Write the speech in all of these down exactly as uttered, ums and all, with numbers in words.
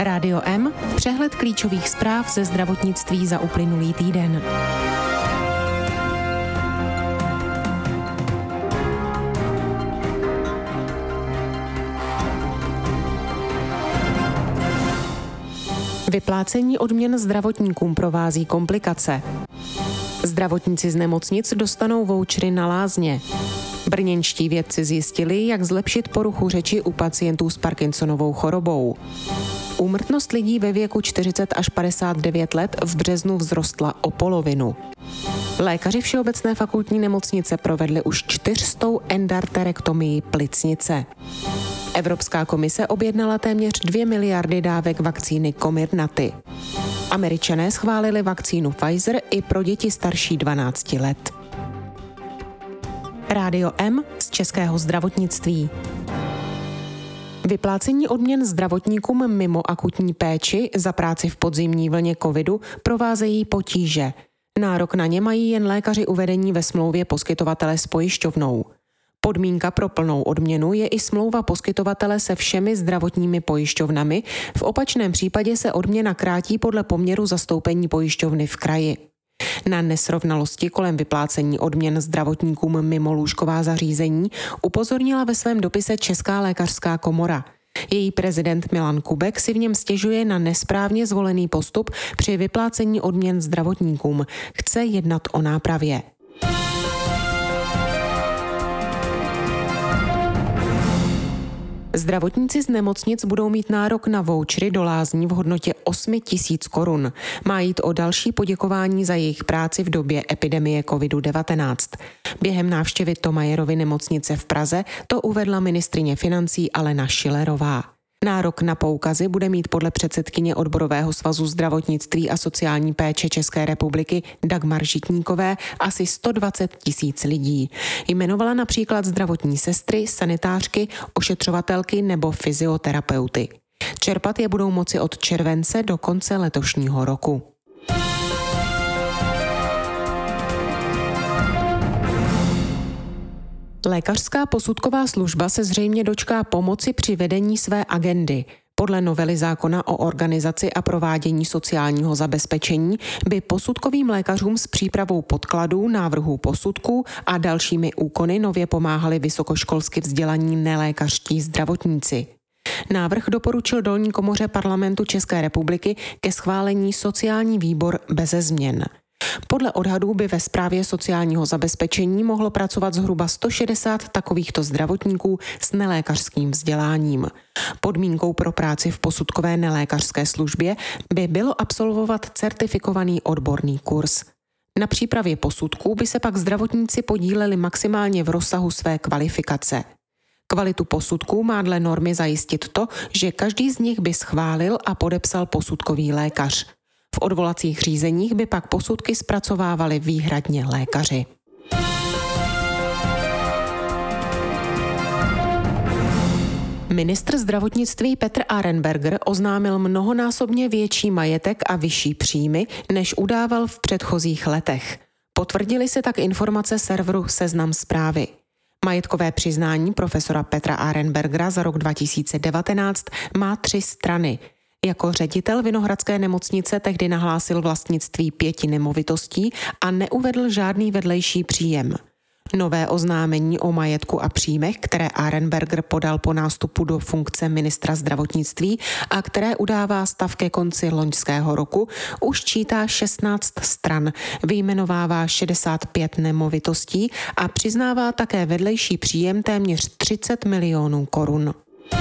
Rádio M, přehled klíčových zpráv ze zdravotnictví za uplynulý týden. Vyplácení odměn zdravotníkům provází komplikace. Zdravotníci z nemocnic dostanou vouchery na lázně. Brněnští vědci zjistili, jak zlepšit poruchu řeči u pacientů s Parkinsonovou chorobou. Úmrtnost lidí ve věku čtyřicet až padesát devět let v březnu vzrostla o polovinu. Lékaři Všeobecné fakultní nemocnice provedli už čtyřstou endarterektomii plicnice. Evropská komise objednala téměř dvě miliardy dávek vakcíny Comirnaty. Američané schválili vakcínu Pfizer i pro děti starší dvanácti let. Rádio M z českého zdravotnictví. Vyplácení odměn zdravotníkům mimo akutní péči za práci v podzimní vlně covidu provázejí potíže. Nárok na ně mají jen lékaři uvedení ve smlouvě poskytovatele s pojišťovnou. Podmínka pro plnou odměnu je i smlouva poskytovatele se všemi zdravotními pojišťovnami, v opačném případě se odměna krátí podle poměru zastoupení pojišťovny v kraji. Na nesrovnalosti kolem vyplácení odměn zdravotníkům mimo lůžková zařízení upozornila ve svém dopise Česká lékařská komora. Její prezident Milan Kubek si v něm stěžuje na nesprávně zvolený postup při vyplácení odměn zdravotníkům. Chce jednat o nápravě. Zdravotníci z nemocnic budou mít nárok na vouchery do lázní v hodnotě osm tisíc korun. Má jít o další poděkování za jejich práci v době epidemie kovidu devatenáct. Během návštěvy Thomayerovy nemocnice v Praze to uvedla ministryně financí Alena Schillerová. Nárok na poukazy bude mít podle předsedkyně Odborového svazu zdravotnictví a sociální péče České republiky Dagmar Žitníkové asi sto dvacet tisíc lidí. Jmenovala například zdravotní sestry, sanitářky, ošetřovatelky nebo fyzioterapeuty. Čerpat je budou moci od července do konce letošního roku. Lékařská posudková služba se zřejmě dočká pomoci při vedení své agendy. Podle novely zákona o organizaci a provádění sociálního zabezpečení by posudkovým lékařům s přípravou podkladů, návrhů posudků a dalšími úkony nově pomáhali vysokoškolsky vzdělaní nelékařští zdravotníci. Návrh doporučil dolní komoře Parlamentu České republiky ke schválení sociální výbor beze změn. Podle odhadů by ve správě sociálního zabezpečení mohlo pracovat zhruba sto šedesát takovýchto zdravotníků s nelékařským vzděláním. Podmínkou pro práci v posudkové nelékařské službě by bylo absolvovat certifikovaný odborný kurz. Na přípravě posudků by se pak zdravotníci podíleli maximálně v rozsahu své kvalifikace. Kvalitu posudků má dle normy zajistit to, že každý z nich by schválil a podepsal posudkový lékař. V odvolacích řízeních by pak posudky zpracovávali výhradně lékaři. Ministr zdravotnictví Petr Arenberger oznámil mnohonásobně větší majetek a vyšší příjmy, než udával v předchozích letech. Potvrdily se tak informace serveru Seznam Zprávy. Majetkové přiznání profesora Petra Arenbergera za rok dva tisíce devatenáct má tři strany. Jako ředitel Vinohradské nemocnice tehdy nahlásil vlastnictví pěti nemovitostí a neuvedl žádný vedlejší příjem. Nové oznámení o majetku a příjmech, které Arenberger podal po nástupu do funkce ministra zdravotnictví a které udává stav ke konci loňského roku, už čítá šestnáct stran, vyjmenovává šedesát pět nemovitostí a přiznává také vedlejší příjem téměř třicet milionů korun.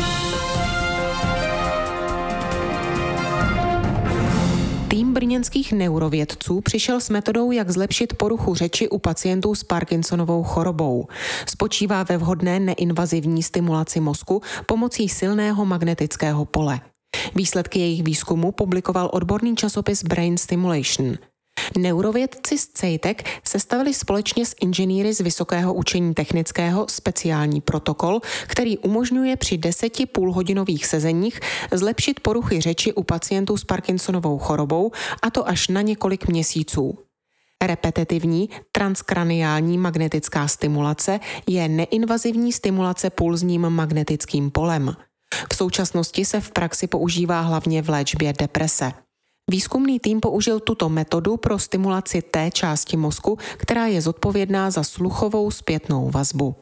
Tým brněnských neurovědců přišel s metodou, jak zlepšit poruchu řeči u pacientů s Parkinsonovou chorobou. Spočívá ve vhodné neinvazivní stimulaci mozku pomocí silného magnetického pole. Výsledky jejich výzkumu publikoval odborný časopis Brain Stimulation. Neurovědci z CEITEC sestavili společně s inženýry z Vysokého učení technického speciální protokol, který umožňuje při deseti půlhodinových sezeních zlepšit poruchy řeči u pacientů s Parkinsonovou chorobou, a to až na několik měsíců. Repetitivní transkraniální magnetická stimulace je neinvazivní stimulace pulzním magnetickým polem. V současnosti se v praxi používá hlavně v léčbě deprese. Výzkumný tým použil tuto metodu pro stimulaci té části mozku, která je zodpovědná za sluchovou zpětnou vazbu.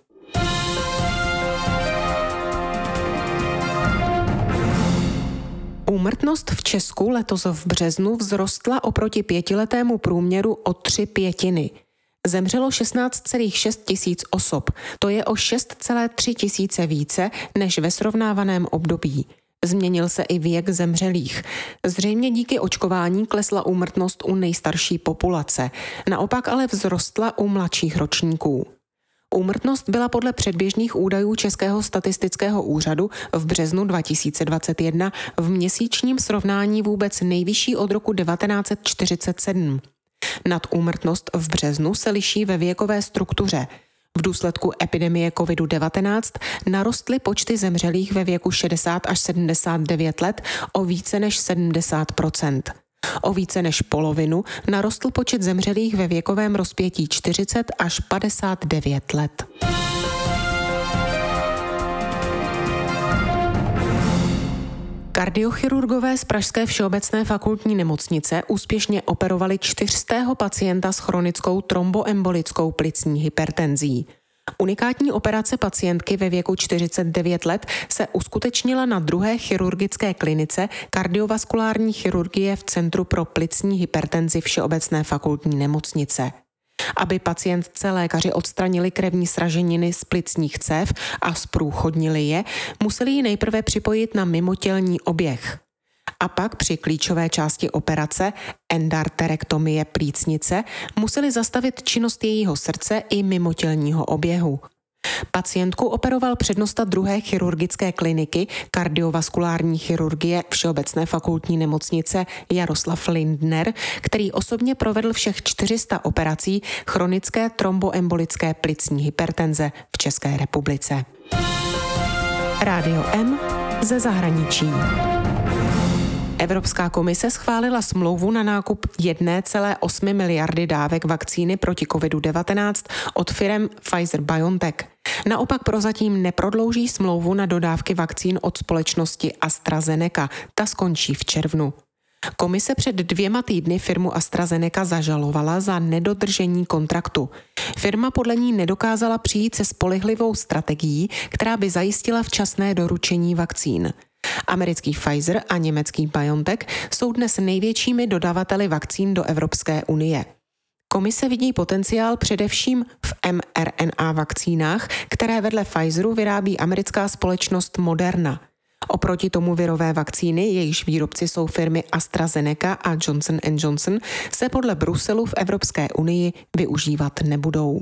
Úmrtnost v Česku letos v březnu vzrostla oproti pětiletému průměru o tři pětiny. Zemřelo šestnáct celá šest tisíc osob, to je o šest celá tři tisíce více než ve srovnávaném období. Změnil se i věk zemřelých. Zřejmě díky očkování klesla úmrtnost u nejstarší populace, naopak ale vzrostla u mladších ročníků. Úmrtnost byla podle předběžných údajů Českého statistického úřadu v březnu dva tisíce dvacet jedna v měsíčním srovnání vůbec nejvyšší od roku devatenáct set čtyřicet sedm. Nadúmrtnost v březnu se liší ve věkové struktuře. V důsledku epidemie kovid devatenáct narostly počty zemřelých ve věku šedesát až sedmdesát devět let o více než sedmdesát procent. O více než polovinu narostl počet zemřelých ve věkovém rozpětí čtyřicet až padesát devět let. Kardiochirurgové z pražské všeobecné fakultní nemocnice úspěšně operovali čtyřstého pacienta s chronickou tromboembolickou plicní hypertenzí. Unikátní operace pacientky ve věku čtyřicet devět let se uskutečnila na druhé chirurgické klinice kardiovaskulární chirurgie v Centru pro plicní hypertenzi Všeobecné fakultní nemocnice. Aby pacientce lékaři odstranili krevní sraženiny z plicních cév a zprůchodnili je, museli ji nejprve připojit na mimotělní oběh. A pak při klíčové části operace, endarterektomie plícnice, museli zastavit činnost jejího srdce i mimotělního oběhu. Pacientku operoval přednosta druhé chirurgické kliniky kardiovaskulární chirurgie Všeobecné fakultní nemocnice Jaroslav Lindner, který osobně provedl všech čtyři sta operací chronické tromboembolické plicní hypertenze v České republice. Rádio M ze zahraničí. Evropská komise schválila smlouvu na nákup jedna celá osm miliardy dávek vakcíny proti kovid devatenáct od firem Pfizer-BioNTech. Naopak prozatím neprodlouží smlouvu na dodávky vakcín od společnosti AstraZeneca. Ta skončí v červnu. Komise před dvěma týdny firmu AstraZeneca zažalovala za nedodržení kontraktu. Firma podle ní nedokázala přijít se spolehlivou strategií, která by zajistila včasné doručení vakcín. Americký Pfizer a německý BioNTech jsou dnes největšími dodavateli vakcín do Evropské unie. Komise vidí potenciál především v em er en á vakcínách, které vedle Pfizeru vyrábí americká společnost Moderna. Oproti tomu virové vakcíny, jejichž výrobci jsou firmy AstraZeneca a Johnson and Johnson, se podle Bruselu v Evropské unii využívat nebudou.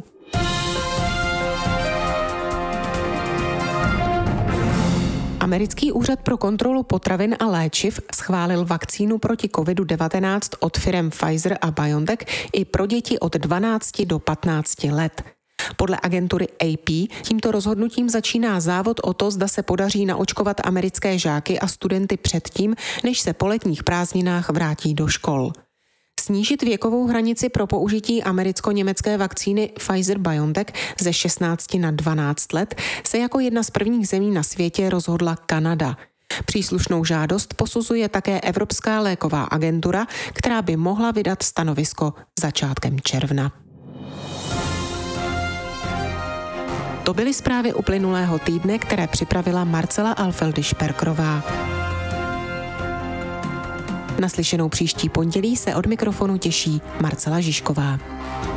Americký úřad pro kontrolu potravin a léčiv schválil vakcínu proti kovid devatenáct od firem Pfizer a BioNTech i pro děti od dvanácti do patnácti let. Podle agentury á pé tímto rozhodnutím začíná závod o to, zda se podaří naočkovat americké žáky a studenty předtím, než se po letních prázdninách vrátí do škol. Snížit věkovou hranici pro použití americko-německé vakcíny Pfizer-BioNTech ze šestnácti na dvanáct let se jako jedna z prvních zemí na světě rozhodla Kanada. Příslušnou žádost posuzuje také Evropská léková agentura, která by mohla vydat stanovisko začátkem června. To byly zprávy uplynulého týdne, které připravila Marcela Alfeldy-Šperkrová. Naslyšenou příští pondělí se od mikrofonu těší Marcela Žižková.